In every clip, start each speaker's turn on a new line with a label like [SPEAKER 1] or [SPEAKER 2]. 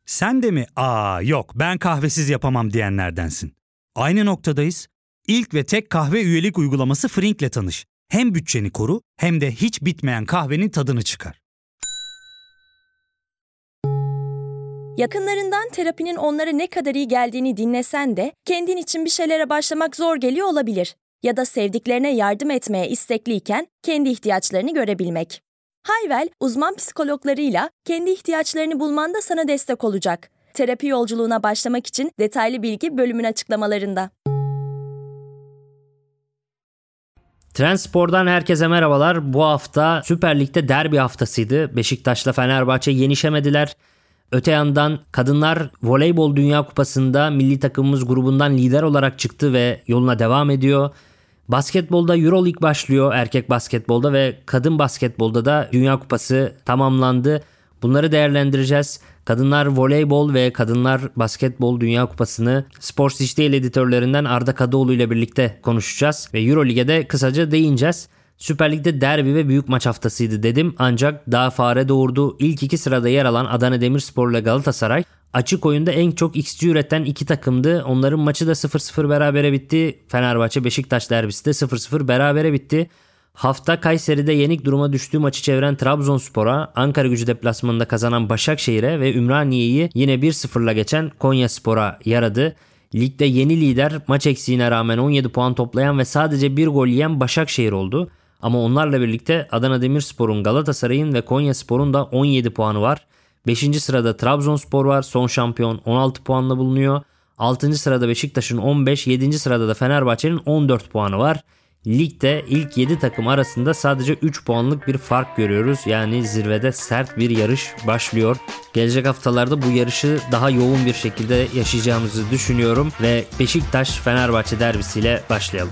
[SPEAKER 1] Sen de mi yok ben kahvesiz yapamam diyenlerdensin? Aynı noktadayız. İlk ve tek kahve üyelik uygulaması Frink'le tanış. Hem bütçeni koru hem de hiç bitmeyen kahvenin tadını çıkar.
[SPEAKER 2] Yakınlarından terapinin onlara ne kadar iyi geldiğini dinlesen de kendin için bir şeylere başlamak zor geliyor olabilir. Ya da sevdiklerine yardım etmeye istekliyken kendi ihtiyaçlarını görebilmek. Hayvel, uzman psikologlarıyla kendi ihtiyaçlarını bulmanda sana destek olacak. Terapi yolculuğuna başlamak için detaylı bilgi bölümün açıklamalarında.
[SPEAKER 3] Trendspor'dan herkese merhabalar. Bu hafta Süper Lig'de derbi haftasıydı. Beşiktaş'la Fenerbahçe yenişemediler. Öte yandan Kadınlar Voleybol Dünya Kupası'nda milli takımımız grubundan lider olarak çıktı ve yoluna devam ediyor. Basketbolda Euroleague başlıyor, erkek basketbolda ve kadın basketbolda da Dünya Kupası tamamlandı. Bunları değerlendireceğiz. Kadınlar Voleybol ve Kadınlar Basketbol Dünya Kupası'nı Sports Dijital editörlerinden Arda Kadıoğlu ile birlikte konuşacağız ve Euroleague'e de kısaca değineceğiz. Süper Lig'de derbi ve büyük maç haftasıydı dedim ancak daha fare doğurdu. İlk iki sırada yer alan Adana Demirspor ile Galatasaray açık oyunda en çok XG üreten iki takımdı. Onların maçı da 0-0 berabere bitti. Fenerbahçe Beşiktaş derbisi de 0-0 berabere bitti. Hafta Kayseri'de yenik duruma düştüğü maçı çeviren Trabzonspor'a, Ankaragücü deplasmanında kazanan Başakşehir'e ve Ümraniye'yi yine 1-0'la geçen Konyaspor'a yaradı. Ligde yeni lider maç eksiğine rağmen 17 puan toplayan ve sadece bir gol yiyen Başakşehir oldu. Ama onlarla birlikte Adana Demirspor'un, Galatasaray'ın ve Konyaspor'un da 17 puanı var. 5. sırada Trabzonspor var, son şampiyon, 16 puanla bulunuyor. 6. sırada Beşiktaş'ın 15, 7. sırada da Fenerbahçe'nin 14 puanı var. Ligde ilk 7 takım arasında sadece 3 puanlık bir fark görüyoruz. Yani zirvede sert bir yarış başlıyor. Gelecek haftalarda bu yarışı daha yoğun bir şekilde yaşayacağımızı düşünüyorum ve Beşiktaş-Fenerbahçe derbisiyle başlayalım.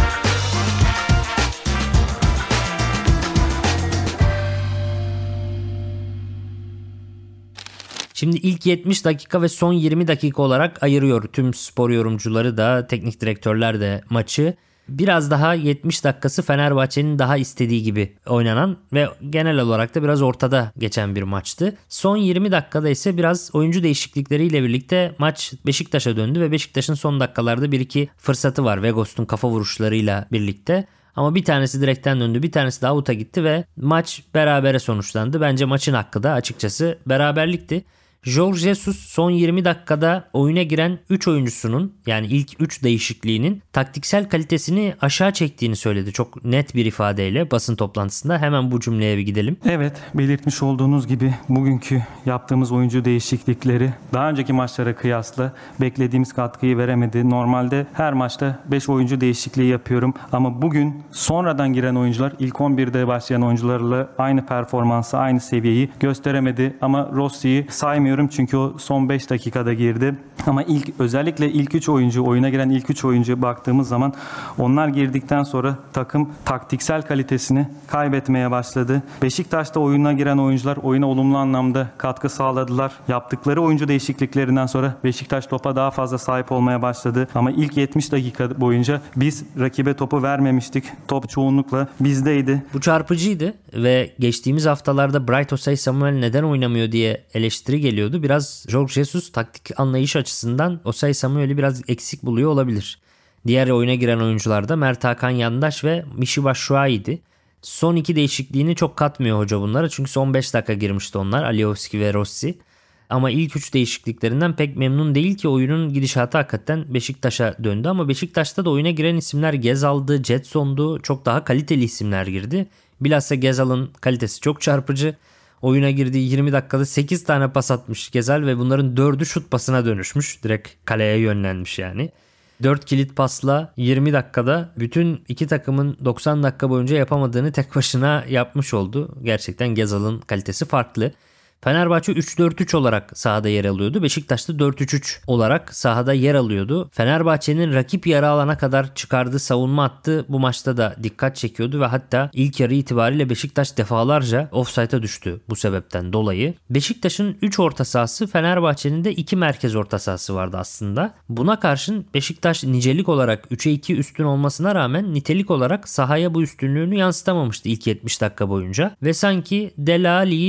[SPEAKER 3] Şimdi ilk 70 dakika ve son 20 dakika olarak ayırıyor tüm spor yorumcuları da, teknik direktörler de maçı. Biraz daha 70 dakikası Fenerbahçe'nin daha istediği gibi oynanan ve genel olarak da biraz ortada geçen bir maçtı. Son 20 dakikada ise biraz oyuncu değişiklikleriyle birlikte maç Beşiktaş'a döndü ve Beşiktaş'ın son dakikalarda 1-2 fırsatı var Vegos'un kafa vuruşlarıyla birlikte. Ama bir tanesi direkten döndü, bir tanesi de out'a gitti ve maç berabere sonuçlandı. Bence maçın hakkı da açıkçası beraberlikti. Jorge Jesus son 20 dakikada oyuna giren 3 oyuncusunun, yani ilk 3 değişikliğinin taktiksel kalitesini aşağı çektiğini söyledi. Çok net bir ifadeyle basın toplantısında. Hemen bu cümleye bir gidelim.
[SPEAKER 4] Evet, belirtmiş olduğunuz gibi bugünkü yaptığımız oyuncu değişiklikleri daha önceki maçlara kıyasla beklediğimiz katkıyı veremedi. Normalde her maçta 5 oyuncu değişikliği yapıyorum ama bugün sonradan giren oyuncular ilk 11'de başlayan oyuncularla aynı performansı, aynı seviyeyi gösteremedi. Ama Rossi'yi saymıyorum çünkü o son 5 dakikada girdi. Ama özellikle ilk 3 oyuncu, oyuna giren ilk 3 oyuncuya baktığımız zaman onlar girdikten sonra takım taktiksel kalitesini kaybetmeye başladı. Beşiktaş'ta oyuna giren oyuncular oyuna olumlu anlamda katkı sağladılar. Yaptıkları oyuncu değişikliklerinden sonra Beşiktaş topa daha fazla sahip olmaya başladı. Ama ilk 70 dakika boyunca biz rakibe topu vermemiştik. Top çoğunlukla bizdeydi.
[SPEAKER 3] Bu çarpıcıydı ve geçtiğimiz haftalarda Bright Osayi-Samuel neden oynamıyor diye eleştiri geliyordu. Biraz Jorge Jesus taktik anlayış açısından Osayi-Samuel'i biraz eksik buluyor olabilir. Diğer oyuna giren oyuncular da Mert Hakan Yandaş ve Michy Batshuayi'ydi. Son 2 değişikliğini çok katmıyor hoca bunlara çünkü son 5 dakika girmişti onlar, Alioski ve Rossi. Ama ilk 3 değişikliklerinden pek memnun değil ki oyunun gidişatı hakikaten Beşiktaş'a döndü. Ama Beşiktaş'ta da oyuna giren isimler Gezal'dı, Jetson'du, çok daha kaliteli isimler girdi. Bilhassa Gezal'ın kalitesi çok çarpıcı. Oyuna girdiği 20 dakikada 8 tane pas atmış Gezal ve bunların 4'ü şut pasına dönüşmüş. Direkt kaleye yönlenmiş yani. 4 kilit pasla 20 dakikada bütün iki takımın 90 dakika boyunca yapamadığını tek başına yapmış oldu. Gerçekten Gezal'ın kalitesi farklı. Fenerbahçe 3-4-3 olarak sahada yer alıyordu. Beşiktaş da 4-3-3 olarak sahada yer alıyordu. Fenerbahçe'nin rakip yarı alana kadar çıkardığı savunma hattı bu maçta da dikkat çekiyordu ve hatta ilk yarı itibariyle Beşiktaş defalarca ofsayta düştü bu sebepten dolayı. Beşiktaş'ın 3 orta sahası, Fenerbahçe'nin de 2 merkez orta sahası vardı aslında. Buna karşın Beşiktaş nicelik olarak 3'e 2 üstün olmasına rağmen nitelik olarak sahaya bu üstünlüğünü yansıtamamıştı ilk 70 dakika boyunca ve sanki Dele Alli'yi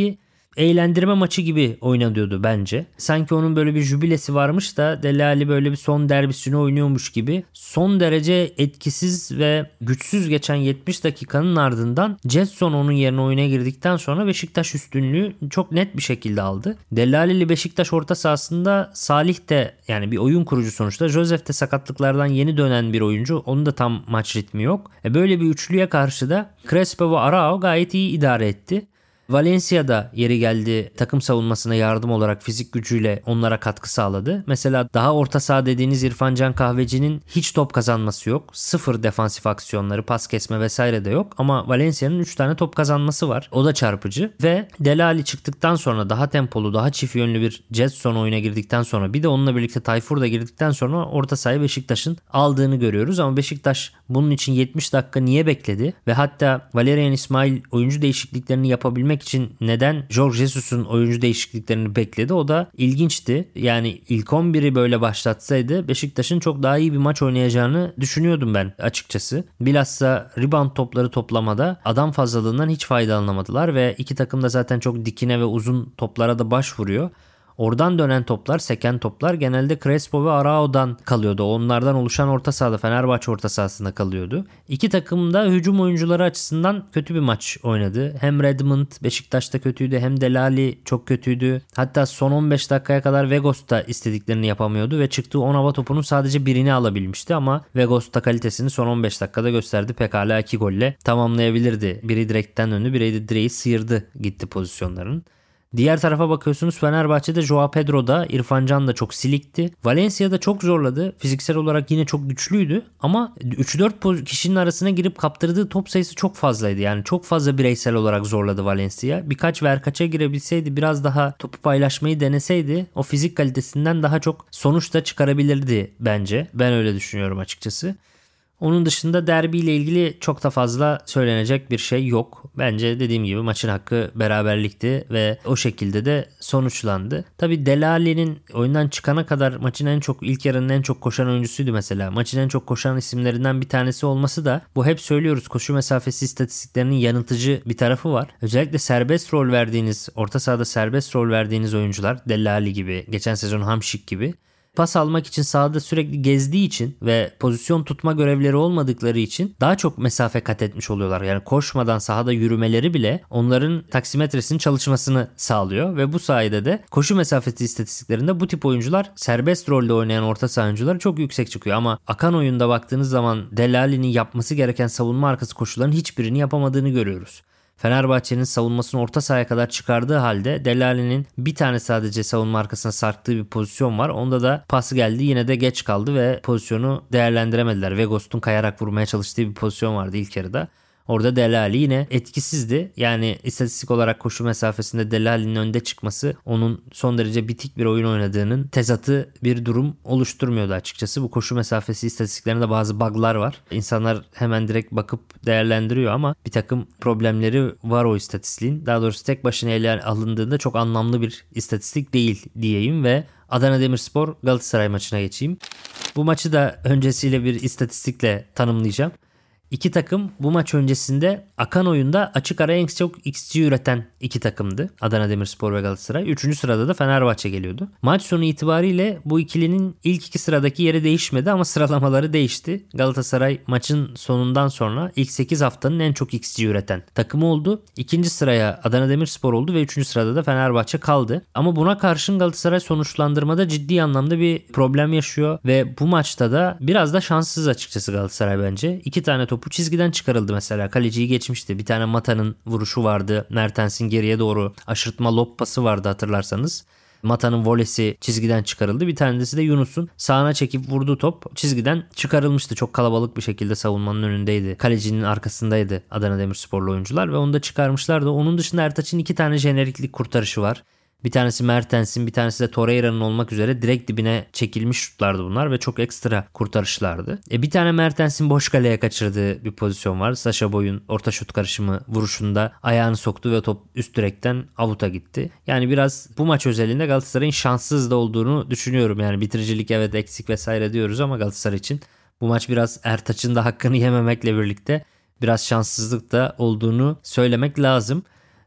[SPEAKER 3] eğlendirme maçı gibi oynanıyordu bence. Sanki onun böyle bir jübilesi varmış da Dele Alli böyle bir son derbisini oynuyormuş gibi. Son derece etkisiz ve güçsüz geçen 70 dakikanın ardından Gedson onun yerine oyuna girdikten sonra Beşiktaş üstünlüğü çok net bir şekilde aldı. Dele Alli'li Beşiktaş orta sahasında Salih de yani bir oyun kurucu sonuçta. Joseph de sakatlıklardan yeni dönen bir oyuncu. Onun da tam maç ritmi yok. Böyle bir üçlüye karşı da Crespo ve Arao gayet iyi idare etti. Valencia'da yeri geldi takım savunmasına yardım olarak fizik gücüyle onlara katkı sağladı. Mesela daha orta saha dediğiniz İrfan Can Kahveci'nin hiç top kazanması yok. 0 defansif aksiyonları, pas kesme vesaire de yok. Ama Valencia'nın 3 tane top kazanması var. O da çarpıcı. Ve Dele Alli çıktıktan sonra daha tempolu, daha çift yönlü bir Gedson oyuna girdikten sonra bir de onunla birlikte Tayfur da girdikten sonra orta sahayı Beşiktaş'ın aldığını görüyoruz. Ama Beşiktaş bunun için 70 dakika niye bekledi? Ve hatta Valerian İsmail oyuncu değişikliklerini yapabilmek için neden Jorge Jesus'un oyuncu değişikliklerini bekledi? O da ilginçti. Yani ilk 11'i böyle başlatsaydı Beşiktaş'ın çok daha iyi bir maç oynayacağını düşünüyordum ben açıkçası. Bilhassa rebound topları toplamada adam fazlalığından hiç faydalanamadılar ve iki takım da zaten çok dikine ve uzun toplara da başvuruyor. Oradan dönen toplar, seken toplar genelde Crespo ve Arao'dan kalıyordu. Onlardan oluşan orta sahada Fenerbahçe orta sahasında kalıyordu. İki takım da hücum oyuncuları açısından kötü bir maç oynadı. Hem Redmond Beşiktaş'ta kötüydü hem Dele Alli çok kötüydü. Hatta son 15 dakikaya kadar Vegos da istediklerini yapamıyordu ve çıktığı 10 hava topunun sadece birini alabilmişti ama Vegos da kalitesini son 15 dakikada gösterdi. Pekala 2 golle tamamlayabilirdi. Biri direkten döndü, biri de direği sıyırdı gitti pozisyonların. Diğer tarafa bakıyorsunuz Fenerbahçe'de Joao Pedro da İrfan Can da çok silikti. Valencia'da çok zorladı. Fiziksel olarak yine çok güçlüydü ama 3-4 kişinin arasına girip kaptırdığı top sayısı çok fazlaydı. Yani çok fazla bireysel olarak zorladı Valencia. Birkaç verkaça girebilseydi, biraz daha topu paylaşmayı deneseydi o fizik kalitesinden daha çok sonuç da çıkarabilirdi bence. Ben öyle düşünüyorum açıkçası. Onun dışında derbiyle ilgili çok da fazla söylenecek bir şey yok. Bence dediğim gibi maçın hakkı beraberlikti ve o şekilde de sonuçlandı. Tabii Dele Alli'nin oyundan çıkana kadar maçın en çok ilk yarının en çok koşan oyuncusuydu mesela. Maçın en çok koşan isimlerinden bir tanesi olması da bu hep söylüyoruz koşu mesafesi istatistiklerinin yanıltıcı bir tarafı var. Özellikle serbest rol verdiğiniz, orta sahada serbest rol verdiğiniz oyuncular Dele Alli gibi, geçen sezon Hamşik gibi pas almak için sahada sürekli gezdiği için ve pozisyon tutma görevleri olmadıkları için daha çok mesafe kat etmiş oluyorlar. Yani koşmadan sahada yürümeleri bile onların taksimetresinin çalışmasını sağlıyor ve bu sayede de koşu mesafesi istatistiklerinde bu tip oyuncular serbest rolde oynayan orta saha oyuncuları çok yüksek çıkıyor. Ama akan oyunda baktığınız zaman Dele Alli'nin yapması gereken savunma arkası koşuların hiçbirini yapamadığını görüyoruz. Fenerbahçe'nin savunmasını orta sahaya kadar çıkardığı halde Dele Alli'nin bir tane sadece savunma arkasına sarktığı bir pozisyon var. Onda da pas geldi, yine de geç kaldı ve pozisyonu değerlendiremediler. Vegos'un kayarak vurmaya çalıştığı bir pozisyon vardı ilk yarıda. Orada Dele Alli yine etkisizdi. Yani istatistik olarak koşu mesafesinde Dele Alli'nin önde çıkması onun son derece bitik bir oyun oynadığının tezatı bir durum oluşturmuyordu açıkçası. Bu koşu mesafesi istatistiklerinde bazı bug'lar var. İnsanlar hemen direkt bakıp değerlendiriyor ama bir takım problemleri var o istatistiğin. Daha doğrusu tek başına ele alındığında çok anlamlı bir istatistik değil diyeyim ve Adana Demirspor Galatasaray maçına geçeyim. Bu maçı da öncesiyle bir istatistikle tanımlayacağım. İki takım bu maç öncesinde akan oyunda açık ara en çok XG üreten iki takımdı. Adana Demirspor ve Galatasaray. 3. sırada da Fenerbahçe geliyordu. Maç sonu itibariyle bu ikilinin ilk iki sıradaki yeri değişmedi ama sıralamaları değişti. Galatasaray maçın sonundan sonra ilk 8 haftanın en çok XG üreten takımı oldu. 2. sıraya Adana Demirspor oldu ve 3. sırada da Fenerbahçe kaldı. Ama buna karşın Galatasaray sonuçlandırmada ciddi anlamda bir problem yaşıyor ve bu maçta da biraz da şanssız açıkçası Galatasaray bence. 2 tane topu çizgiden çıkarıldı mesela. Kaleciyi geçmişti. Bir tane Mata'nın vuruşu vardı. Mertens'in geriye doğru aşırtma lob pası vardı hatırlarsanız. Mata'nın volesi çizgiden çıkarıldı. Bir tanesi de Yunus'un sağına çekip vurduğu top çizgiden çıkarılmıştı. Çok kalabalık bir şekilde savunmanın önündeydi. Kalecinin arkasındaydı Adana Demirsporlu oyuncular ve onu da çıkarmışlardı. Onun dışında Ertaç'ın 2 tane jeneriklik kurtarışı var. Bir tanesi Mertens'in, bir tanesi de Torreira'nın olmak üzere direkt dibine çekilmiş şutlardı bunlar ve çok ekstra kurtarışlardı. Bir tane Mertens'in boş kaleye kaçırdığı bir pozisyon var. Sacha Boey'un orta şut karışımı vuruşunda ayağını soktu ve top üst direkten avuta gitti. Yani biraz bu maç özelinde Galatasaray'ın şanssız da olduğunu düşünüyorum. Yani bitiricilik evet eksik vesaire diyoruz ama Galatasaray için bu maç biraz Ertaç'ın da hakkını yememekle birlikte biraz şanssızlık da olduğunu söylemek lazım.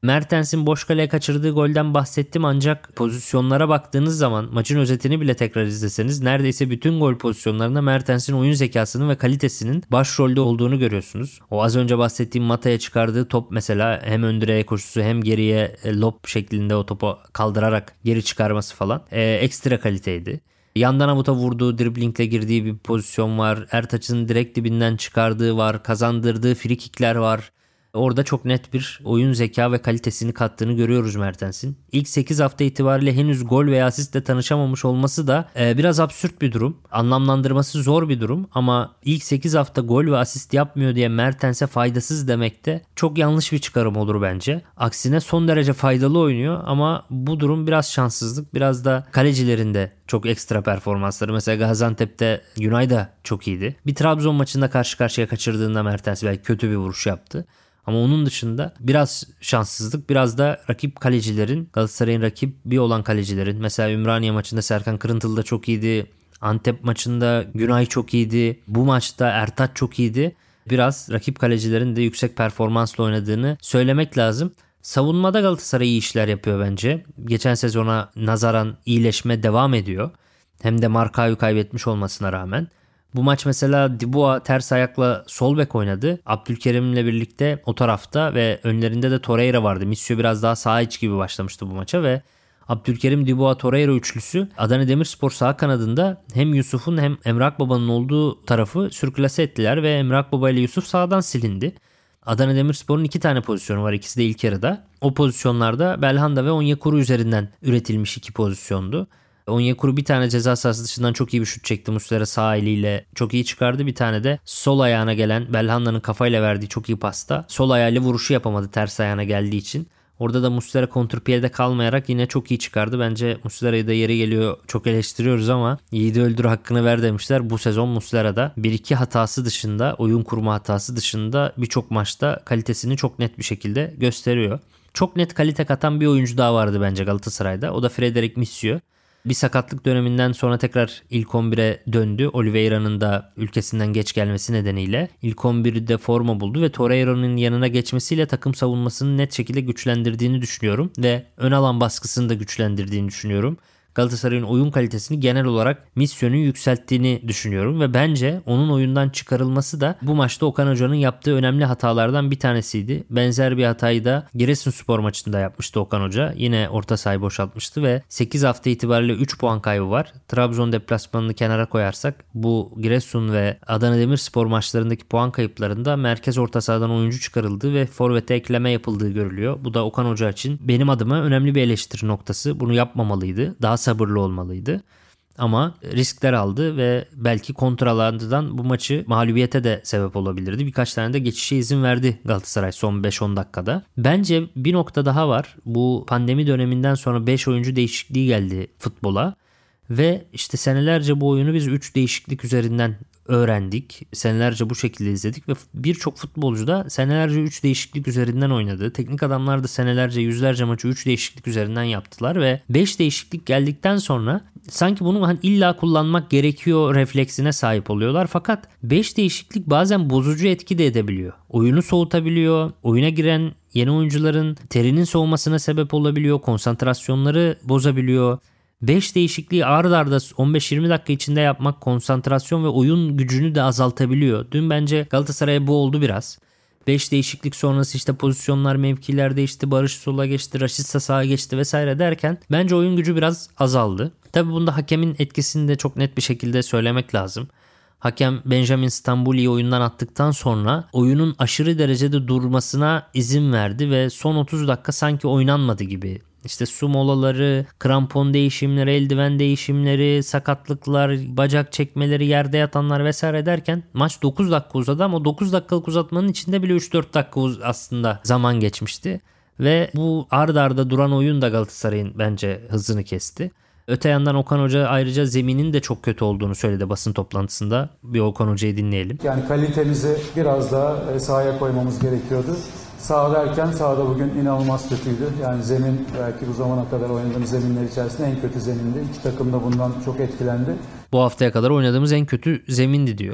[SPEAKER 3] Mertens'in boş kaleye kaçırdığı golden bahsettim ancak pozisyonlara baktığınız zaman maçın özetini bile tekrar izleseniz neredeyse bütün gol pozisyonlarında Mertens'in oyun zekasının ve kalitesinin başrolde olduğunu görüyorsunuz. O az önce bahsettiğim Mata'ya çıkardığı top mesela hem ön direğe koşusu hem geriye lob şeklinde o topu kaldırarak geri çıkarması falan ekstra kaliteydi. Yandan avuta vurduğu, driblingle girdiği bir pozisyon var. Ertaç'ın direkt dibinden çıkardığı var. Kazandırdığı frikikler var. Orada çok net bir oyun zeka ve kalitesini kattığını görüyoruz Mertens'in. İlk 8 hafta itibariyle henüz gol veya asistle tanışamamış olması da biraz absürt bir durum. Anlamlandırması zor bir durum ama ilk 8 hafta gol ve asist yapmıyor diye Mertens'e faydasız demek de çok yanlış bir çıkarım olur bence. Aksine son derece faydalı oynuyor ama bu durum biraz şanssızlık. Biraz da kalecilerin de çok ekstra performansları. Mesela Gaziantep'te Günay da çok iyiydi. Bir Trabzon maçında karşı karşıya kaçırdığında Mertens belki kötü bir vuruş yaptı. Ama onun dışında biraz şanssızlık, biraz da rakip kalecilerin, Galatasaray'ın rakibi olan kalecilerin. Mesela Ümraniye maçında Serkan Kırıntılı da çok iyiydi. Antep maçında Günay çok iyiydi. Bu maçta Ertaç çok iyiydi. Biraz rakip kalecilerin de yüksek performansla oynadığını söylemek lazım. Savunmada Galatasaray iyi işler yapıyor bence. Geçen sezona nazaran iyileşme devam ediyor. Hem de Markao'yu kaybetmiş olmasına rağmen. Bu maç mesela Dubois ters ayakla sol bek oynadı. Abdülkerim'le birlikte o tarafta ve önlerinde de Torreira vardı. Missio biraz daha sağ iç gibi başlamıştı bu maça ve Abdülkerim, Dubois, Torreira üçlüsü Adana Demirspor sağ kanadında hem Yusuf'un hem Emre Akbaba'nın olduğu tarafı sürklase ettiler ve Emre Akbaba ile Yusuf sağdan silindi. Adana Demirspor'un 2 tane pozisyonu var, ikisi de ilk yarıda. O pozisyonlarda Belhanda ve Onyekuru üzerinden üretilmiş 2 pozisyondu. Onyekuru bir tane ceza sahası dışından çok iyi bir şut çekti. Muslera sağ eliyle çok iyi çıkardı. Bir tane de sol ayağına gelen Belhanda'nın kafayla verdiği çok iyi pasta. Sol ayağıyla vuruşu yapamadı ters ayağına geldiği için. Orada da Muslera kontrpiyede kalmayarak yine çok iyi çıkardı. Bence Muslera'yı da yeri geliyor çok eleştiriyoruz ama yiğidi öldür hakkını ver demişler. Bu sezon Muslera'da 1-2 hatası dışında, oyun kurma hatası dışında birçok maçta kalitesini çok net bir şekilde gösteriyor. Çok net kalite katan bir oyuncu daha vardı bence Galatasaray'da. O da Frederic Missio. Bir sakatlık döneminden sonra tekrar ilk 11'e döndü. Oliveira'nın da ülkesinden geç gelmesi nedeniyle ilk 11'de forma buldu ve Torreira'nın yanına geçmesiyle takım savunmasını net şekilde güçlendirdiğini düşünüyorum ve ön alan baskısını da güçlendirdiğini düşünüyorum. Galatasaray'ın oyun kalitesini genel olarak Missio'nun yükselttiğini düşünüyorum ve bence onun oyundan çıkarılması da bu maçta Okan Hoca'nın yaptığı önemli hatalardan bir tanesiydi. Benzer bir hatayı da Giresunspor maçında yapmıştı Okan Hoca. Yine orta sahayı boşaltmıştı ve 8 hafta itibariyle 3 puan kaybı var. Trabzon deplasmanını kenara koyarsak bu Giresun ve Adana Demirspor maçlarındaki puan kayıplarında merkez orta sahadan oyuncu çıkarıldığı ve forvete ekleme yapıldığı görülüyor. Bu da Okan Hoca için benim adıma önemli bir eleştiri noktası. Bunu yapmamalıydı. Daha sabırlı olmalıydı. Ama riskler aldı ve belki kontralardan bu maçı mağlubiyete de sebep olabilirdi. Birkaç tane de geçişe izin verdi Galatasaray son 5-10 dakikada. Bence bir nokta daha var. Bu pandemi döneminden sonra 5 oyuncu değişikliği geldi futbola. Ve işte senelerce bu oyunu biz 3 değişiklik üzerinden öğrendik. Senelerce bu şekilde izledik ve birçok futbolcu da senelerce 3 değişiklik üzerinden oynadı. Teknik adamlar da senelerce yüzlerce maçı 3 değişiklik üzerinden yaptılar ve 5 değişiklik geldikten sonra sanki bunu illa kullanmak gerekiyor refleksine sahip oluyorlar. Fakat 5 değişiklik bazen bozucu etki de edebiliyor. Oyunu soğutabiliyor. Oyuna giren yeni oyuncuların terinin soğumasına sebep olabiliyor. Konsantrasyonları bozabiliyor. 5 değişikliği ard arda 15-20 dakika içinde yapmak konsantrasyon ve oyun gücünü de azaltabiliyor. Dün bence Galatasaray'a bu oldu biraz. 5 değişiklik sonrası işte pozisyonlar, mevkiler değişti. Barış sola geçti, Rashica sağa geçti vesaire derken bence oyun gücü biraz azaldı. Tabii bunda hakemin etkisini de çok net bir şekilde söylemek lazım. Hakem Benjamin Stambuli'yi oyundan attıktan sonra oyunun aşırı derecede durmasına izin verdi ve son 30 dakika sanki oynanmadı gibi. İşte su molaları, krampon değişimleri, eldiven değişimleri, sakatlıklar, bacak çekmeleri, yerde yatanlar vesaire derken maç 9 dakika uzadı ama 9 dakikalık uzatmanın içinde bile 3-4 dakika aslında zaman geçmişti. Ve bu ard arda duran oyun da Galatasaray'ın bence hızını kesti. Öte yandan Okan Hoca ayrıca zeminin de çok kötü olduğunu söyledi basın toplantısında. Bir Okan Hoca'yı dinleyelim.
[SPEAKER 5] Yani kalitemizi biraz daha sahaya koymamız gerekiyordu. Saha derken sahada bugün inanılmaz kötüydü. Yani zemin belki bu zamana kadar oynadığımız zeminler içerisinde en kötü zemindi. İki takım da bundan çok etkilendi.
[SPEAKER 3] Bu haftaya kadar oynadığımız en kötü zemindi diyor.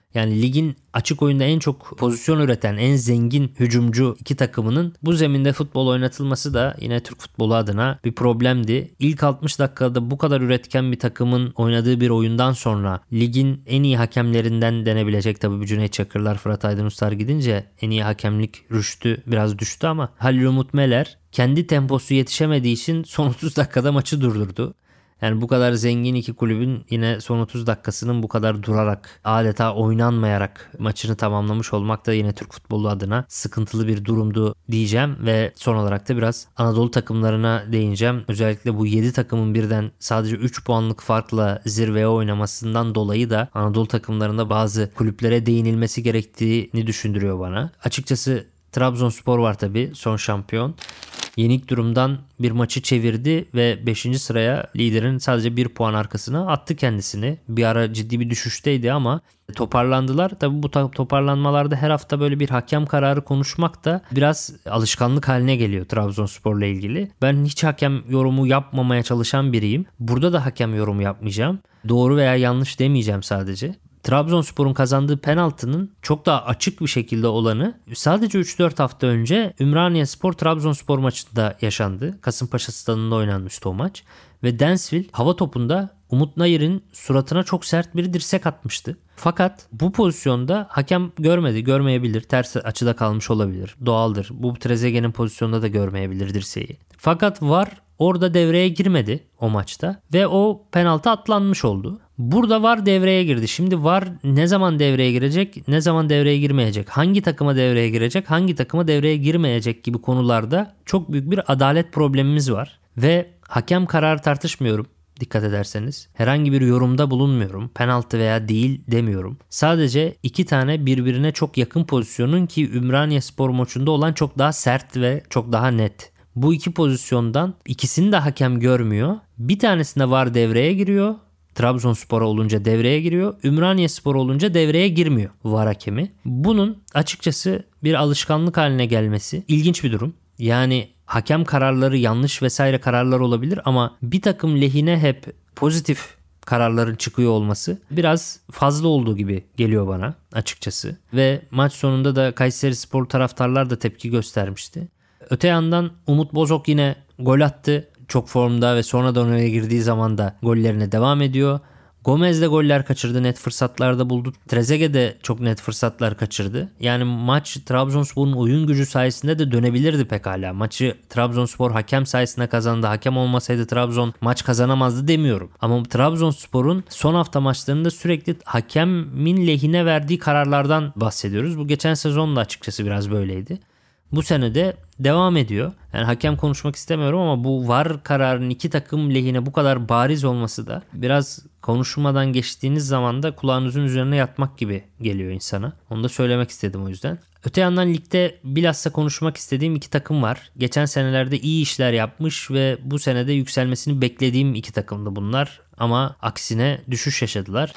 [SPEAKER 3] Yani ligin açık oyunda en çok pozisyon üreten, en zengin hücumcu iki takımının bu zeminde futbol oynatılması da yine Türk futbolu adına bir problemdi. İlk 60 dakikada bu kadar üretken bir takımın oynadığı bir oyundan sonra ligin en iyi hakemlerinden denebilecek, tabii bu Cüneyt Çakırlar, Fırat Aydınuslar gidince en iyi hakemlik rüştü biraz düştü ama Halil Umut Meler kendi temposu yetişemediği için son 30 dakikada maçı durdurdu. Yani bu kadar zengin iki kulübün yine son 30 dakikasının bu kadar durarak, adeta oynanmayarak maçını tamamlamış olmak da yine Türk futbolu adına sıkıntılı bir durumdu diyeceğim. Ve son olarak da biraz Anadolu takımlarına değineceğim. Özellikle bu 7 takımın birden sadece 3 puanlık farkla zirveye oynamasından dolayı da Anadolu takımlarında bazı kulüplere değinilmesi gerektiğini düşündürüyor bana. Açıkçası Trabzonspor var tabii, son şampiyon. Yenik durumdan bir maçı çevirdi ve 5. sıraya, liderin sadece 1 puan arkasına attı kendisini. Bir ara ciddi bir düşüşteydi ama toparlandılar. Tabii bu toparlanmalarda her hafta böyle bir hakem kararı konuşmak da biraz alışkanlık haline geliyor Trabzonspor'la ilgili. Ben hiç hakem yorumu yapmamaya çalışan biriyim. Burada da hakem yorumu yapmayacağım. Doğru veya yanlış demeyeceğim sadece. Trabzonspor'un kazandığı penaltının çok daha açık bir şekilde olanı sadece 3-4 hafta önce Ümraniyespor Trabzonspor maçında yaşandı. Kasımpaşa stadında oynanmıştı o maç. Ve Densville hava topunda Umut Nayır'ın suratına çok sert bir dirsek atmıştı. Fakat bu pozisyonda hakem görmeyebilir. Ters açıda kalmış olabilir. Doğaldır. Bu Trezeguet'in pozisyonda da görmeyebilir dirseği. Fakat VAR orada devreye girmedi o maçta ve o penaltı atlanmış oldu. Burada VAR devreye girdi. Şimdi VAR ne zaman devreye girecek, ne zaman devreye girmeyecek, hangi takıma devreye girecek, hangi takıma devreye girmeyecek gibi konularda çok büyük bir adalet problemimiz var. Ve hakem kararı tartışmıyorum. Dikkat ederseniz herhangi bir yorumda bulunmuyorum. Penaltı veya değil demiyorum. Sadece 2 tane birbirine çok yakın pozisyonun ki Ümraniyespor maçında olan çok daha sert ve çok daha net. Bu iki pozisyondan ikisini de hakem görmüyor. Bir tanesinde VAR devreye giriyor. Trabzonspor olunca devreye giriyor. Ümraniyespor olunca devreye girmiyor VAR hakemi. Bunun açıkçası bir alışkanlık haline gelmesi ilginç bir durum. Yani hakem kararları yanlış vesaire kararlar olabilir ama bir takım lehine hep pozitif kararların çıkıyor olması biraz fazla olduğu gibi geliyor bana açıkçası. Ve maç sonunda da Kayserispor taraftarlar da tepki göstermişti. Öte yandan Umut Bozok yine gol attı. Çok formda ve sonradan oraya girdiği zaman da gollerine devam ediyor. Gomez de goller kaçırdı, net fırsatlarda buldu. Trezeguet de çok net fırsatlar kaçırdı. Yani maç Trabzonspor'un oyun gücü sayesinde de dönebilirdi pekala. Maçı Trabzonspor hakem sayesinde kazandı. Hakem olmasaydı Trabzon maç kazanamazdı demiyorum. Ama Trabzonspor'un son hafta maçlarında sürekli hakemin lehine verdiği kararlardan bahsediyoruz. Bu geçen sezon da açıkçası biraz böyleydi. Bu sene de devam ediyor. Yani hakem konuşmak istemiyorum ama bu VAR kararının iki takım lehine bu kadar bariz olması da biraz konuşmadan geçtiğiniz zaman da kulağınızın üzerine yatmak gibi geliyor insana. Onu da söylemek istedim o yüzden. Öte yandan ligde bilhassa konuşmak istediğim iki takım var. Geçen senelerde iyi işler yapmış ve bu senede yükselmesini beklediğim iki takımdı bunlar. Ama aksine düşüş yaşadılar.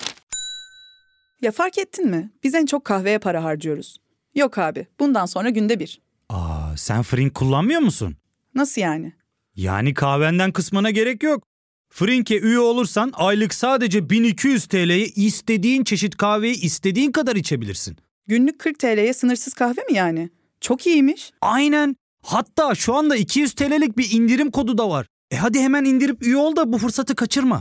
[SPEAKER 6] Ya fark ettin mi? Biz en çok kahveye para harcıyoruz. Yok abi, bundan sonra günde 1.
[SPEAKER 1] Sen Frink kullanmıyor musun?
[SPEAKER 6] Nasıl yani?
[SPEAKER 1] Yani kahvenden kısmına gerek yok. Frink'e üye olursan aylık sadece 1200 TL'ye istediğin çeşit kahveyi istediğin kadar içebilirsin.
[SPEAKER 6] Günlük 40 TL'ye sınırsız kahve mi yani? Çok iyiymiş.
[SPEAKER 1] Aynen. Hatta şu anda 200 TL'lik bir indirim kodu da var. Hadi hemen indirip üye ol da bu fırsatı kaçırma.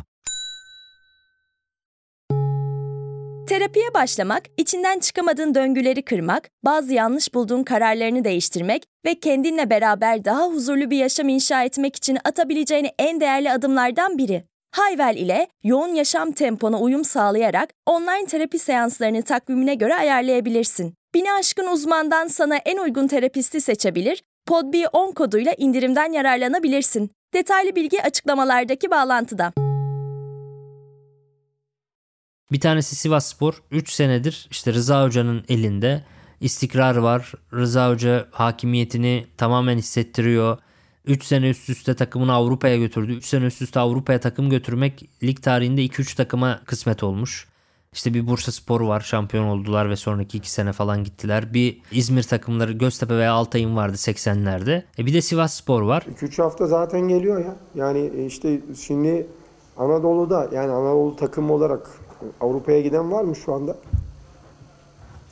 [SPEAKER 2] Terapiye başlamak, içinden çıkamadığın döngüleri kırmak, bazı yanlış bulduğun kararlarını değiştirmek ve kendinle beraber daha huzurlu bir yaşam inşa etmek için atabileceğin en değerli adımlardan biri. Hayvel ile yoğun yaşam tempona uyum sağlayarak online terapi seanslarını takvimine göre ayarlayabilirsin. 1000'i aşkın uzmandan sana en uygun terapisti seçebilir, PodB10 koduyla indirimden yararlanabilirsin. Detaylı bilgi açıklamalardaki bağlantıda.
[SPEAKER 3] Bir tanesi Sivasspor. 3 senedir işte Rıza Hoca'nın elinde. İstikrar var. Rıza Hoca hakimiyetini tamamen hissettiriyor. 3 sene üst üste takımını Avrupa'ya götürdü. 3 sene üst üste Avrupa'ya takım götürmek lig tarihinde 2-3 takıma kısmet olmuş. İşte bir Bursaspor var, şampiyon oldular ve sonraki 2 sene falan gittiler. Bir İzmir takımları, Göztepe veya Altay'ın vardı 80'lerde. Bir de Sivasspor var.
[SPEAKER 7] 2-3 hafta zaten geliyor ya. Yani işte şimdi Anadolu'da, yani Anadolu takımı olarak Avrupa'ya giden var mı şu anda?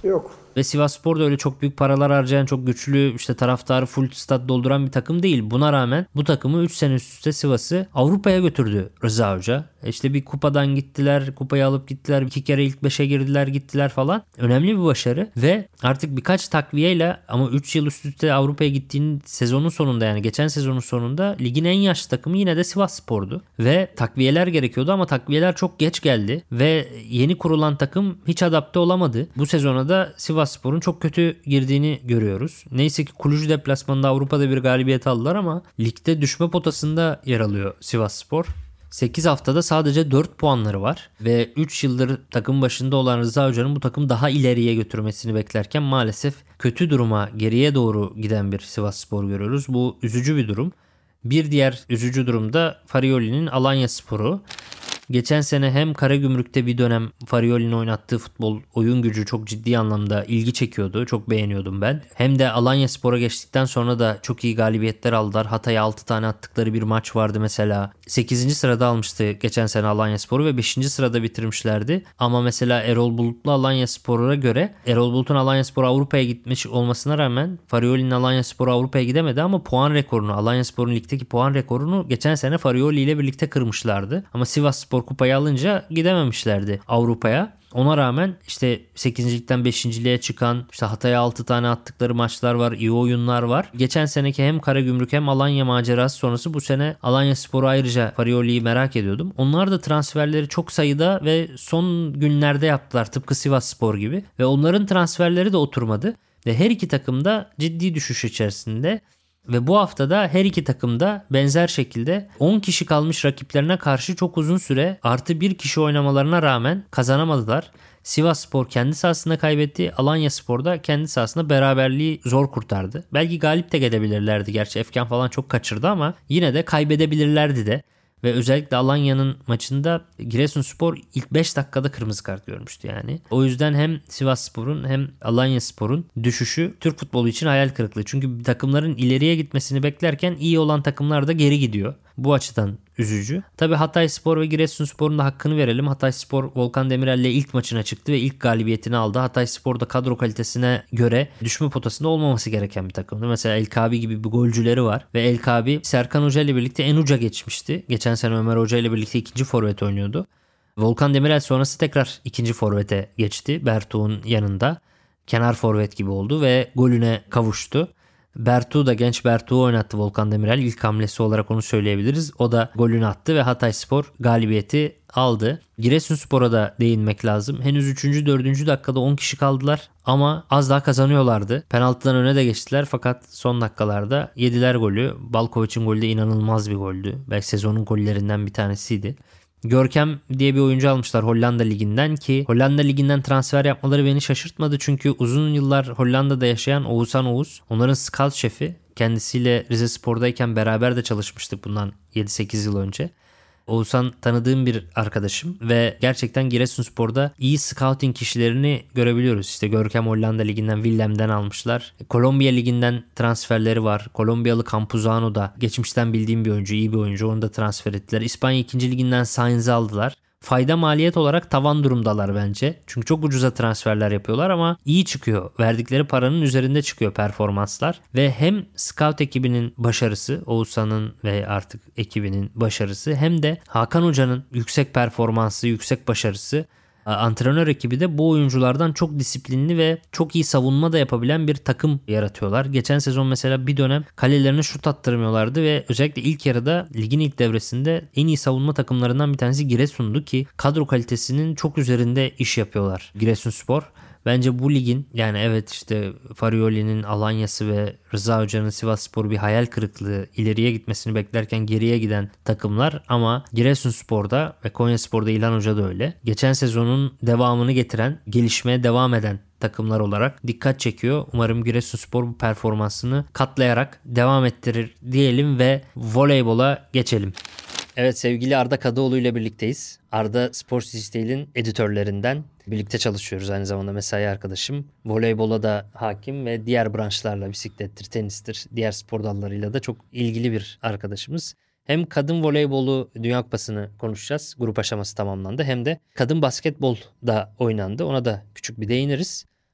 [SPEAKER 7] Yok.
[SPEAKER 3] Ve Sivasspor da öyle çok büyük paralar harcayan, çok güçlü, işte taraftarı full stat dolduran bir takım değil. Buna rağmen bu takımı 3 sene üst üste Sivas'ı Avrupa'ya götürdü Rıza Hoca. İşte bir kupadan gittiler, kupayı alıp gittiler, 2 kere ilk 5'e girdiler gittiler falan. Önemli bir başarı ve artık birkaç takviyeyle, ama 3 yıl üst üste Avrupa'ya gittiğin sezonun sonunda, yani geçen sezonun sonunda ligin en yaşlı takımı yine de Sivasspor'du. Ve takviyeler gerekiyordu ama takviyeler çok geç geldi ve yeni kurulan takım hiç adapte olamadı. Bu sezona da Sivasspor'un çok kötü girdiğini görüyoruz. Neyse ki Cluj deplasmanında Avrupa'da bir galibiyet aldılar ama ligde düşme potasında yer alıyor Sivasspor. 8 haftada sadece 4 puanları var ve 3 yıldır takım başında olan Rıza Hoca'nın bu takım daha ileriye götürmesini beklerken maalesef kötü duruma, geriye doğru giden bir Sivasspor görüyoruz. Bu üzücü bir durum. Bir diğer üzücü durum da Farioli'nin Alanyaspor'u. Geçen sene hem Karagümrük'te bir dönem Farioli'nin oynattığı futbol, oyun gücü çok ciddi anlamda ilgi çekiyordu. Çok beğeniyordum ben. Hem de Alanyaspor'a geçtikten sonra da çok iyi galibiyetler aldılar. Hatay'a 6 tane attıkları bir maç vardı mesela. 8. sırada almıştı geçen sene Alanyaspor'u ve 5. sırada bitirmişlerdi. Ama mesela Erol Bulutlu Alanyaspor'a göre, Erol Bulut'un Alanyaspor Avrupa'ya gitmiş olmasına rağmen Farioli'nin Alanyaspor Avrupa'ya gidemedi ama puan rekorunu, Alanyaspor'un ligdeki puan rekorunu geçen sene Farioli ile birlikte kırmışlardı. Ama Sivasspor kupayı alınca gidememişlerdi Avrupa'ya. Ona rağmen işte 8.likten 5.liğe çıkan, işte Hatay'a 6 tane attıkları maçlar var, iyi oyunlar var. Geçen seneki hem Karagümrük hem Alanya macerası sonrası bu sene Alanyaspor'u ayrıca Farioli'yi merak ediyordum. Onlar da transferleri çok sayıda ve son günlerde yaptılar, tıpkı Sivasspor gibi. Ve onların transferleri de oturmadı. Ve her iki takım da ciddi düşüş içerisinde. Ve bu haftada her iki takım da benzer şekilde 10 kişi kalmış rakiplerine karşı çok uzun süre artı 1 kişi oynamalarına rağmen kazanamadılar. Sivasspor kendi sahasında kaybetti. Alanyaspor da kendi sahasında beraberliği zor kurtardı. Belki galip de gelebilirlerdi. Gerçi Efkan falan çok kaçırdı ama yine de kaybedebilirlerdi de. Ve özellikle Alanya'nın maçında Giresunspor ilk 5 dakikada kırmızı kart görmüştü yani. O yüzden hem Sivasspor'un hem Alanyaspor'un düşüşü Türk futbolu için hayal kırıklığı. Çünkü takımların ileriye gitmesini beklerken iyi olan takımlar da geri gidiyor. Bu açıdan üzücü. Tabii Hatayspor ve Giresunspor'un da hakkını verelim. Hatayspor Volkan Demirel'le ilk maçına çıktı ve ilk galibiyetini aldı. Hatayspor da kadro kalitesine göre düşme potasında olmaması gereken bir takımdı. Mesela El Kabi gibi bir golcüleri var ve El Kabi Serkan Hoca ile birlikte en uca geçmişti. Geçen sene Ömer Hoca ile birlikte ikinci forvet oynuyordu. Volkan Demirel sonrası tekrar ikinci forvete geçti. Bertuğ'un yanında kenar forvet gibi oldu ve golüne kavuştu. Bertu da, genç Bertu'yu oynattı Volkan Demirel. İlk hamlesi olarak onu söyleyebiliriz. O da golünü attı ve Hatayspor galibiyeti aldı. Giresunspor'a da değinmek lazım. Henüz 3. 4. dakikada 10 kişi kaldılar ama az daha kazanıyorlardı. Penaltıdan öne de geçtiler fakat son dakikalarda yediler golü. Balkovic'in golü de inanılmaz bir goldü. Belki sezonun gollerinden bir tanesiydi. Görkem diye bir oyuncu almışlar Hollanda Ligi'nden ki Hollanda Ligi'nden transfer yapmaları beni şaşırtmadı. Çünkü uzun yıllar Hollanda'da yaşayan Oğuzhan Oğuz, onların scout şefi. Kendisiyle Rizespor'dayken beraber de çalışmıştık bundan 7-8 yıl önce. Oğuzhan tanıdığım bir arkadaşım ve gerçekten Giresunspor'da iyi scouting kişilerini görebiliyoruz. İşte Görkem Hollanda Ligi'nden, Willem'den almışlar. Kolombiya Ligi'nden transferleri var. Kolombiyalı Campuzano da geçmişten bildiğim bir oyuncu, iyi bir oyuncu. Onu da transfer ettiler. İspanya 2. Ligi'nden Sainz'i aldılar. Fayda maliyet olarak tavan durumdalar bence. Çünkü çok ucuza transferler yapıyorlar ama iyi çıkıyor. Verdikleri paranın üzerinde çıkıyor performanslar. Ve hem scout ekibinin başarısı, Oğuzhan'ın ve artık ekibinin başarısı, hem de Hakan Hoca'nın yüksek performansı, yüksek başarısı, antrenör ekibi de bu oyunculardan çok disiplinli ve çok iyi savunma da yapabilen bir takım yaratıyorlar. Geçen sezon mesela bir dönem kalelerine şut attırmıyorlardı ve özellikle ilk yarıda ligin ilk devresinde en iyi savunma takımlarından bir tanesi Giresun'du ki kadro kalitesinin çok üzerinde iş yapıyorlar Giresunspor. Bence bu ligin, yani evet işte Farioli'nin Alanya'sı ve Rıza Hoca'nın Sivasspor bir hayal kırıklığı, ileriye gitmesini beklerken geriye giden takımlar ama Giresunspor'da ve Konyaspor'da İlhan Hoca da öyle. Geçen sezonun devamını getiren, gelişmeye devam eden takımlar olarak dikkat çekiyor. Umarım Giresunspor bu performansını katlayarak devam ettirir diyelim ve voleybola geçelim. Evet, sevgili Arda Kadıoğlu ile birlikteyiz. Arda Sports Dijital'in editörlerinden, birlikte çalışıyoruz aynı zamanda, mesai arkadaşım. Voleybola da hakim ve diğer branşlarla, bisiklettir, tenistir, diğer spor dallarıyla da çok ilgili bir arkadaşımız. Hem kadın voleybolu Dünya Kupası'nı konuşacağız. Grup aşaması tamamlandı. Hem de kadın basketbol da oynandı. Ona da küçük bir değiniriz.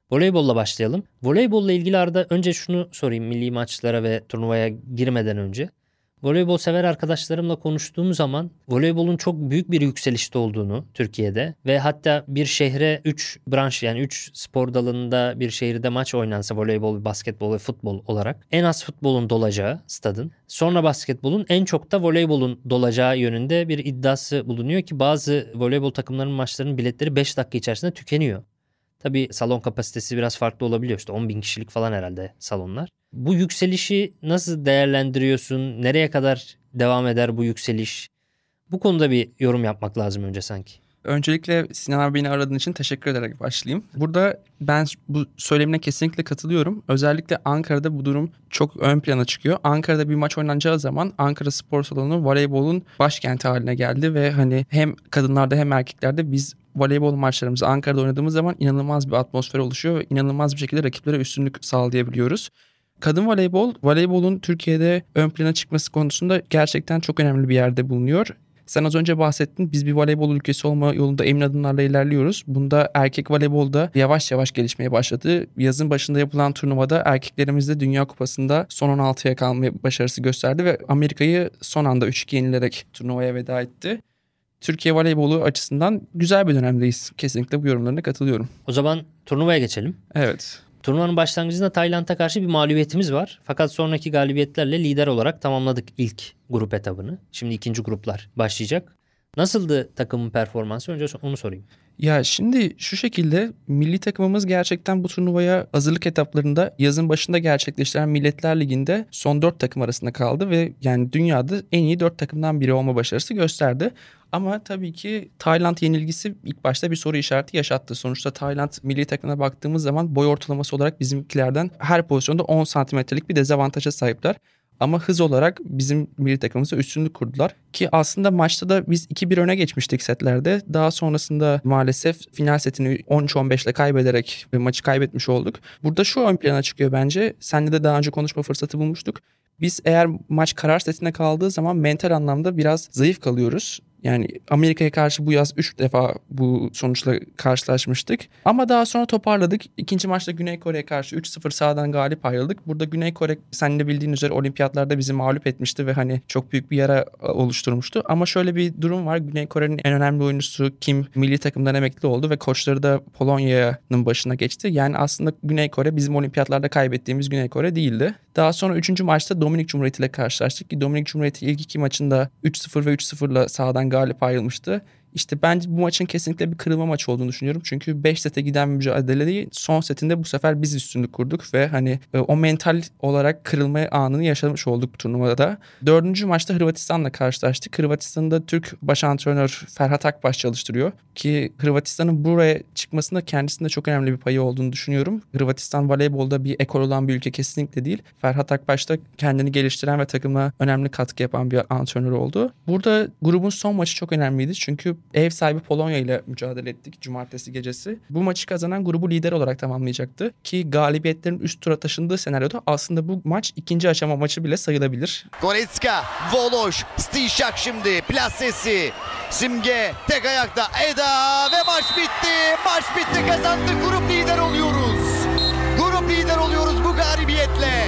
[SPEAKER 3] Voleybolla başlayalım. Voleybolla ilgili Arda önce şunu sorayım milli maçlara ve turnuvaya girmeden önce. Voleybol sever arkadaşlarımla konuştuğum zaman voleybolun çok büyük bir yükselişte olduğunu Türkiye'de ve hatta bir şehre 3 branş yani 3 spor dalında bir şehirde maç oynansa voleybol, basketbol ve futbol olarak en az futbolun dolacağı stadın, sonra basketbolun en çok da voleybolun dolacağı yönünde bir iddiası bulunuyor ki bazı voleybol takımlarının maçlarının biletleri 5 dakika içerisinde tükeniyor. Tabii salon kapasitesi biraz farklı olabiliyor. İşte 10.000 kişilik falan herhalde salonlar. Bu yükselişi nasıl değerlendiriyorsun? Nereye kadar devam eder bu yükseliş? Bu konuda bir yorum yapmak lazım önce sanki.
[SPEAKER 8] Öncelikle Sinan abi beni aradığın için teşekkür ederek başlayayım. Burada ben bu söylemine kesinlikle katılıyorum. Özellikle Ankara'da bu durum çok ön plana çıkıyor. Ankara'da bir maç oynanacağı zaman Ankara Spor Salonu voleybolun başkenti haline geldi ve hani hem kadınlarda hem erkeklerde biz voleybol maçlarımızı Ankara'da oynadığımız zaman inanılmaz bir atmosfer oluşuyor ve inanılmaz bir şekilde rakiplere üstünlük sağlayabiliyoruz. Kadın voleybolun Türkiye'de ön plana çıkması konusunda gerçekten çok önemli bir yerde bulunuyor. Sen az önce bahsettin, biz bir voleybol ülkesi olma yolunda emin adımlarla ilerliyoruz. Bunda erkek voleybolda yavaş yavaş gelişmeye başladı. Yazın başında yapılan turnuvada erkeklerimiz de Dünya Kupası'nda son 16'ya kalma başarısı gösterdi ve Amerika'yı son anda 3-2 yenilerek turnuvaya veda etti. Türkiye voleybolu açısından güzel bir dönemdeyiz. Kesinlikle bu yorumlarına katılıyorum.
[SPEAKER 3] O zaman turnuvaya geçelim.
[SPEAKER 8] Evet.
[SPEAKER 3] Turnuvanın başlangıcında Tayland'a karşı bir mağlubiyetimiz var. Fakat sonraki galibiyetlerle lider olarak tamamladık ilk grup etabını. Şimdi ikinci gruplar başlayacak. Nasıldı takımın performansı? Önce onu sorayım.
[SPEAKER 8] Ya şimdi şu şekilde milli takımımız gerçekten bu turnuvaya hazırlık etaplarında yazın başında gerçekleştiren Milletler Ligi'nde son 4 takım arasında kaldı ve yani dünyada en iyi 4 takımdan biri olma başarısı gösterdi. Ama tabii ki Tayland yenilgisi ilk başta bir soru işareti yaşattı. Sonuçta Tayland milli takımına baktığımız zaman boy ortalaması olarak bizimkilerden her pozisyonda 10 santimetrelik bir dezavantaja sahipler. Ama hız olarak bizim milli takımımıza üstünlük kurdular. Ki aslında maçta da biz 2-1 öne geçmiştik setlerde. Daha sonrasında maalesef final setini 13-15 ile kaybederek maçı kaybetmiş olduk. Burada şu ön plana çıkıyor bence. Seninle de daha önce konuşma fırsatı bulmuştuk. Biz eğer maç karar setine kaldığı zaman mental anlamda biraz zayıf kalıyoruz. Yani Amerika'ya karşı bu yaz 3 defa bu sonuçla karşılaşmıştık. Ama daha sonra toparladık. İkinci maçta Güney Kore'ye karşı 3-0 sahadan galip ayrıldık. Burada Güney Kore senin de bildiğin üzere olimpiyatlarda bizi mağlup etmişti ve hani çok büyük bir yara oluşturmuştu. Ama şöyle bir durum var. Güney Kore'nin en önemli oyuncusu Kim milli takımdan emekli oldu ve koçları da Polonya'nın başına geçti. Yani aslında Güney Kore bizim olimpiyatlarda kaybettiğimiz Güney Kore değildi. Daha sonra 3. maçta Dominik Cumhuriyeti ile karşılaştık ki Dominik Cumhuriyeti ilk iki maçında 3-0 ve 3-0'la sahadan galip ayrılmıştı. İşte bence bu maçın kesinlikle bir kırılma maçı olduğunu düşünüyorum. Çünkü 5 sete giden mücadele değil, son setinde bu sefer biz üstünlük kurduk ve hani o mental olarak kırılma anını yaşamış olduk turnuvada. 4. maçta Hırvatistan'la karşılaştık. Hırvatistan'da Türk baş antrenör Ferhat Akbaş çalıştırıyor ki Hırvatistan'ın buraya çıkmasında kendisinde çok önemli bir payı olduğunu düşünüyorum. Hırvatistan voleybolda bir ekol olan bir ülke kesinlikle değil. Ferhat Akbaş da kendini geliştiren ve takımına önemli katkı yapan bir antrenör oldu. Burada grubun son maçı çok önemliydi çünkü ev sahibi Polonya ile mücadele ettik cumartesi gecesi. Bu maçı kazanan grubu lider olarak tamamlayacaktı ki galibiyetlerin üst tura taşındığı senaryoda aslında bu maç ikinci aşama maçı bile sayılabilir.
[SPEAKER 9] Goretzka, Voloş, Stişak şimdi plasesi. Simge tek ayakta Eda ve maç bitti. Maç bitti, kazandık, grup lider oluyoruz. Grup lider oluyoruz bu galibiyetle.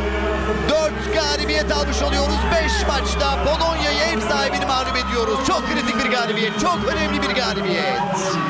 [SPEAKER 9] 4 galibiyet almış oluyoruz. 5 maçta Polonya'yı ev sahibini mağlup ediyoruz. Çok kritik bir galibiyet. Çok önemli bir galibiyet.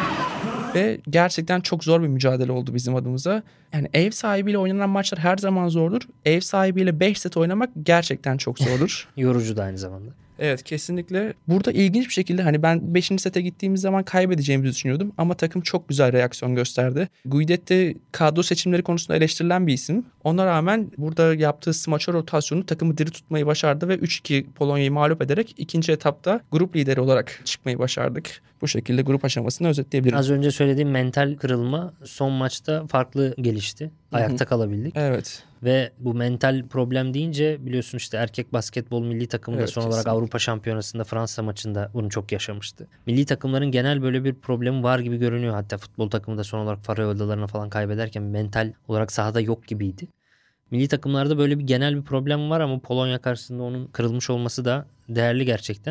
[SPEAKER 8] Ve gerçekten çok zor bir mücadele oldu bizim adımıza. Yani ev sahibiyle oynanan maçlar her zaman zordur. Ev sahibiyle 5 set oynamak gerçekten çok zordur.
[SPEAKER 3] Yorucu da aynı zamanda.
[SPEAKER 8] Evet, kesinlikle. Burada ilginç bir şekilde hani ben 5. sete gittiğimiz zaman kaybedeceğimizi düşünüyordum. Ama takım çok güzel reaksiyon gösterdi. Guidet de kadro seçimleri konusunda eleştirilen bir isim. Ona rağmen burada yaptığı smaçör rotasyonu takımı diri tutmayı başardı ve 3-2 Polonya'yı mağlup ederek ikinci etapta grup lideri olarak çıkmayı başardık. Bu şekilde grup aşamasını özetleyebilirim.
[SPEAKER 3] Az önce söylediğim mental kırılma son maçta farklı gelişti. Ayakta kalabildik.
[SPEAKER 8] Evet.
[SPEAKER 3] Ve bu mental problem deyince biliyorsun işte erkek basketbol milli takımı da son olarak Avrupa Şampiyonası'nda Fransa maçında bunu çok yaşamıştı. Milli takımların genel böyle bir problemi var gibi görünüyor. Hatta futbol takımı da son olarak Faroe Adaları'na falan kaybederken mental olarak sahada yok gibiydi. Milli takımlarda böyle bir genel bir problem var ama Polonya karşısında onun kırılmış olması da değerli gerçekten.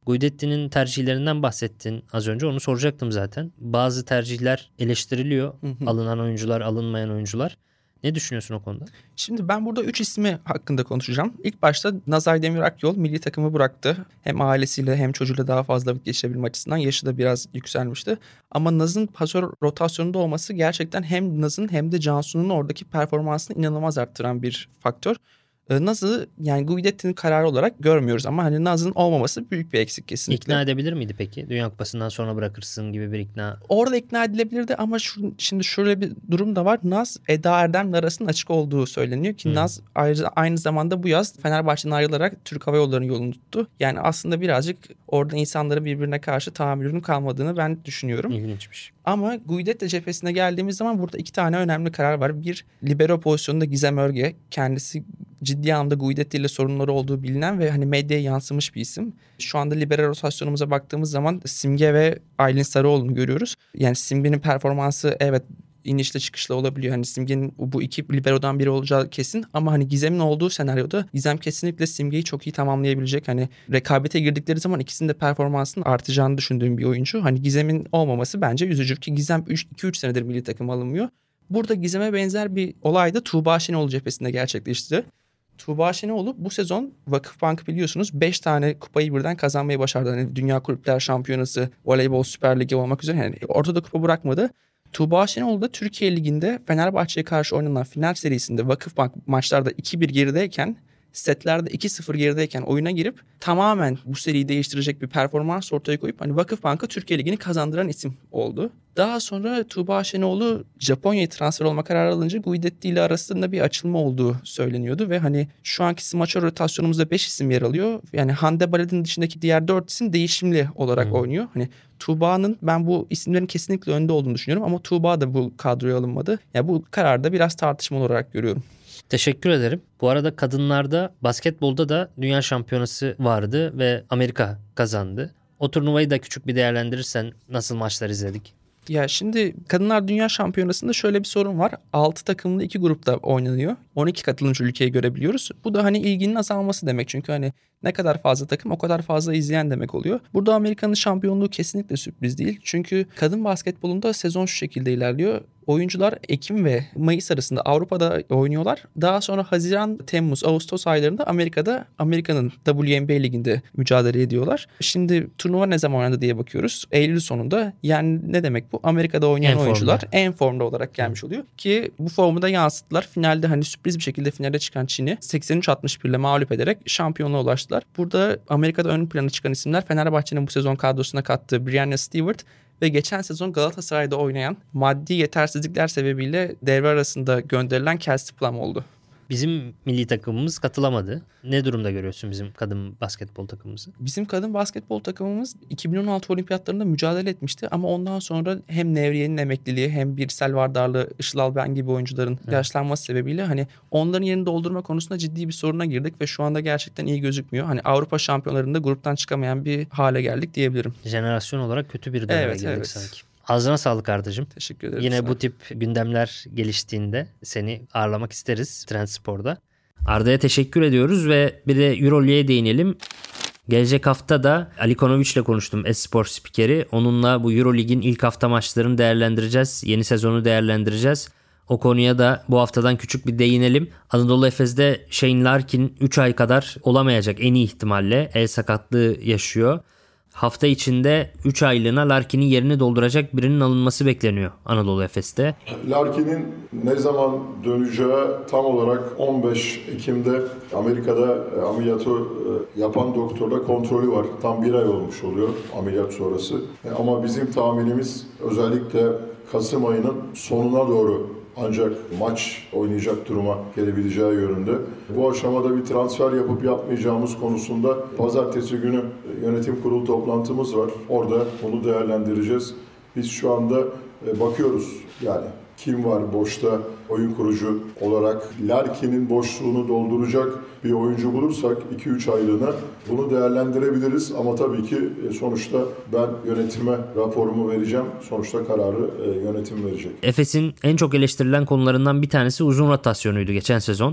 [SPEAKER 3] Guidetti'nin tercihlerinden bahsettin az önce, onu soracaktım zaten. Bazı tercihler eleştiriliyor. Alınan oyuncular, alınmayan oyuncular. Ne düşünüyorsun o konuda?
[SPEAKER 8] Şimdi ben burada 3 ismi hakkında konuşacağım. İlk başta Nazay Demir Akyol milli takımı bıraktı. Hem ailesiyle hem çocuğuyla daha fazla vakit geçirebilme açısından yaşı da biraz yükselmişti. Ama Naz'ın pasör rotasyonunda olması gerçekten hem Naz'ın hem de Cansu'nun oradaki performansını inanılmaz arttıran bir faktör. Naz'ı yani Guidetti'nin kararı olarak görmüyoruz ama hani Naz'ın olmaması büyük bir eksik kesinlikle.
[SPEAKER 3] İkna edebilir miydi peki? Dünya Kupası'ndan sonra bırakırsın gibi bir ikna.
[SPEAKER 8] Orada ikna edilebilirdi ama şimdi şöyle bir durum da var. Naz, Eda Erdem'le arasının açık olduğu söyleniyor ki Naz aynı zamanda bu yaz Fenerbahçe'den ayrılarak Türk Hava Yolları'nın yolunu tuttu. Yani aslında birazcık orada insanların birbirine karşı tahammülünün kalmadığını ben düşünüyorum.
[SPEAKER 3] İlginçmiş.
[SPEAKER 8] Ama Guidetti cephesine geldiğimiz zaman burada 2 tane önemli karar var. Bir, libero pozisyonunda Gizem Örge. Kendisi ciddi anlamda Guidetti ile sorunları olduğu bilinen ve hani medyaya yansımış bir isim. Şu anda libero rotasyonumuza baktığımız zaman Simge ve Aylin Sarıoğlu'nu görüyoruz. Yani Simge'nin performansı evet inişle çıkışla olabiliyor. Hani Simge'nin bu iki liberodan biri olacağı kesin ama hani Gizem'in olduğu senaryoda Gizem kesinlikle Simge'yi çok iyi tamamlayabilecek. Hani rekabete girdikleri zaman ikisinin de performansının artacağını düşündüğüm bir oyuncu. Hani Gizem'in olmaması bence üzücü ki Gizem 2-3 senedir milli takım alınmıyor. Burada Gizem'e benzer bir olay da Tuğba Şenoğlu cephesinde gerçekleşti. Tuğba Şenoğlu bu sezon Vakıfbank biliyorsunuz 5 tane kupayı birden kazanmayı başardı. Hani Dünya Kulüpler Şampiyonası, Voleybol Süper Ligi olmak üzere yani ortada kupa bırakmadı. Tuğba Şenoğlu da Türkiye Ligi'nde Fenerbahçe'ye karşı oynanan final serisinde Vakıfbank maçlarda 2-1 gerideyken, setlerde 2-0 gerideyken oyuna girip tamamen bu seriyi değiştirecek bir performans ortaya koyup hani Vakıfbank'a Türkiye Ligi'ni kazandıran isim oldu. Daha sonra Tuğba Şenoğlu Japonya'ya transfer olma kararı alınca Guidetti ile arasında bir açılma olduğu söyleniyordu ve hani şu anki smaçör rotasyonumuzda 5 isim yer alıyor. Yani Hande Baled'in dışındaki diğer 4 isim değişimli olarak oynuyor. Hani Tuğba'nın ben bu isimlerin kesinlikle önde olduğunu düşünüyorum ama Tuğba da bu kadroya alınmadı. Yani bu kararda biraz tartışmalı olarak görüyorum.
[SPEAKER 3] Teşekkür ederim. Bu arada kadınlarda basketbolda da dünya şampiyonası vardı ve Amerika kazandı. O turnuvayı da küçük bir değerlendirirsen nasıl maçlar izledik?
[SPEAKER 8] Ya şimdi Kadınlar Dünya Şampiyonası'nda şöyle bir sorun var. 6 takımlı 2 grupta oynanıyor. 12 katılımcı ülkeyi görebiliyoruz. Bu da hani ilginin azalması demek. Çünkü hani ne kadar fazla takım o kadar fazla izleyen demek oluyor. Burada Amerika'nın şampiyonluğu kesinlikle sürpriz değil. Çünkü kadın basketbolunda sezon şu şekilde ilerliyor. Oyuncular Ekim ve Mayıs arasında Avrupa'da oynuyorlar. Daha sonra Haziran, Temmuz, Ağustos aylarında Amerika'nın WNBA liginde mücadele ediyorlar. Şimdi turnuva ne zaman oynandı diye bakıyoruz. Eylül sonunda. Yani ne demek bu? Amerika'da oynayan oyuncular en formda olarak gelmiş oluyor. Ki bu formu da yansıttılar. Finalde hani sürpriz bir şekilde finale çıkan Çin'i 83-61 ile mağlup ederek şampiyonluğa ulaştılar. Burada Amerika'da ön plana çıkan isimler Fenerbahçe'nin bu sezon kadrosuna kattığı Brianna Stewart ve geçen sezon Galatasaray'da oynayan maddi yetersizlikler sebebiyle devre arasında gönderilen Kelsey Plum oldu.
[SPEAKER 3] Bizim milli takımımız katılamadı. Ne durumda görüyorsun bizim kadın basketbol takımımızı?
[SPEAKER 8] Bizim kadın basketbol takımımız 2016 olimpiyatlarında mücadele etmişti ama ondan sonra hem Nevriye'nin emekliliği hem Birsel Vardarlı, Işıl Alben gibi oyuncuların yaşlanması sebebiyle hani onların yerini doldurma konusunda ciddi bir soruna girdik ve şu anda gerçekten iyi gözükmüyor. Hani Avrupa şampiyonlarında gruptan çıkamayan bir hale geldik diyebilirim.
[SPEAKER 3] Jenerasyon olarak kötü bir döneme girdik sanki. Ağzına sağlık Arda'cığım.
[SPEAKER 8] Teşekkür ederim.
[SPEAKER 3] Yine bu tip gündemler geliştiğinde seni ağırlamak isteriz Trendspor'da. Arda'ya teşekkür ediyoruz ve bir de Euroleague'ye değinelim. Gelecek hafta da Ali Konovic ile konuştum, Espor spikeri. Onunla bu Euroleague'in ilk hafta maçlarını değerlendireceğiz. Yeni sezonu değerlendireceğiz. O konuya da bu haftadan küçük bir değinelim. Anadolu Efes'de Shane Larkin 3 ay kadar olamayacak en iyi ihtimalle. El sakatlığı yaşıyor. Hafta içinde 3 aylığına Larkin'in yerini dolduracak birinin alınması bekleniyor Anadolu Efes'te.
[SPEAKER 10] Larkin'in ne zaman döneceği tam olarak 15 Ekim'de Amerika'da ameliyatı yapan doktorla kontrolü var. Tam 1 ay olmuş oluyor ameliyat sonrası. Ama bizim tahminimiz özellikle Kasım ayının sonuna doğru ancak maç oynayacak duruma gelebileceği yönünde. Bu aşamada bir transfer yapıp yapmayacağımız konusunda pazartesi günü yönetim kurulu toplantımız var. Orada bunu değerlendireceğiz. Biz şu anda bakıyoruz yani kim var boşta oyun kurucu olarak. Larkin'in boşluğunu dolduracak bir oyuncu bulursak 2-3 aylığına bunu değerlendirebiliriz. Ama tabii ki sonuçta ben yönetime raporumu vereceğim. Sonuçta kararı yönetim verecek.
[SPEAKER 3] Efes'in en çok eleştirilen konularından bir tanesi uzun rotasyonuydu geçen sezon.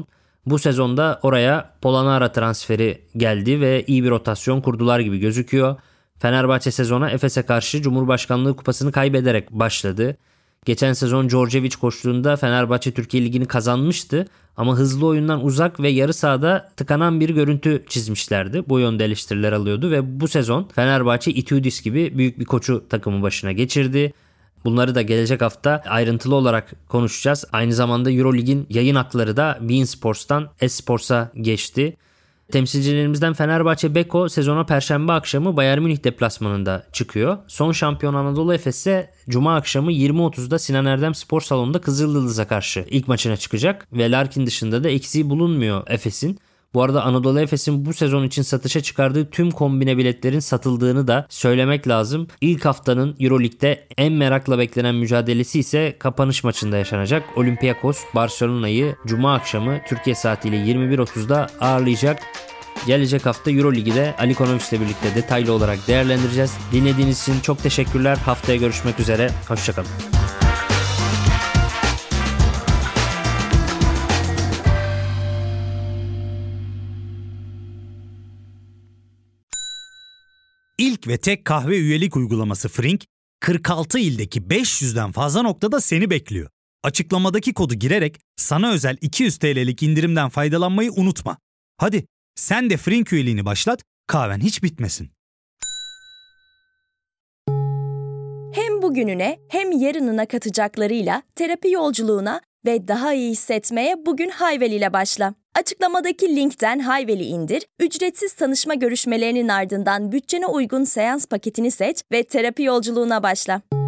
[SPEAKER 3] Bu sezonda oraya Polonara transferi geldi ve iyi bir rotasyon kurdular gibi gözüküyor. Fenerbahçe sezona Efes'e karşı Cumhurbaşkanlığı Kupası'nı kaybederek başladı. Geçen sezon Djordjevic koçluğunda Fenerbahçe Türkiye Ligi'ni kazanmıştı ama hızlı oyundan uzak ve yarı sahada tıkanan bir görüntü çizmişlerdi. Bu yönde eleştiriler alıyordu ve bu sezon Fenerbahçe Itoudis gibi büyük bir koçu takımı başına geçirdi. Bunları da gelecek hafta ayrıntılı olarak konuşacağız. Aynı zamanda Eurolig'in yayın hakları da beIN Sports'tan Esports'a geçti. Temsilcilerimizden Fenerbahçe Beko sezona Perşembe akşamı Bayern Münih deplasmanında çıkıyor. Son şampiyon Anadolu Efes ise Cuma akşamı 20.30'da Sinan Erdem Spor Salonu'nda Kızılyıldız'a karşı ilk maçına çıkacak. Ve Larkin dışında da eksiği bulunmuyor Efes'in. Bu arada Anadolu Efes'in bu sezon için satışa çıkardığı tüm kombine biletlerin satıldığını da söylemek lazım. İlk haftanın Euroleague'de en merakla beklenen mücadelesi ise kapanış maçında yaşanacak. Olympiakos Barcelona'yı Cuma akşamı Türkiye saatiyle 21.30'da ağırlayacak. Gelecek hafta Euroleague'i de Ali Konoviç'le birlikte detaylı olarak değerlendireceğiz. Dinlediğiniz için çok teşekkürler. Haftaya görüşmek üzere. Hoşçakalın.
[SPEAKER 1] İlk ve tek kahve üyelik uygulaması Frink, 46 ildeki 500'den fazla noktada seni bekliyor. Açıklamadaki kodu girerek sana özel 200 TL'lik indirimden faydalanmayı unutma. Hadi sen de Frink üyeliğini başlat, kahven hiç bitmesin.
[SPEAKER 2] Hem bugününe hem yarınına katacaklarıyla terapi yolculuğuna ve daha iyi hissetmeye bugün Hayvel ile başla. Açıklamadaki linkten Hayvel'i indir, ücretsiz tanışma görüşmelerinin ardından bütçene uygun seans paketini seç ve terapi yolculuğuna başla.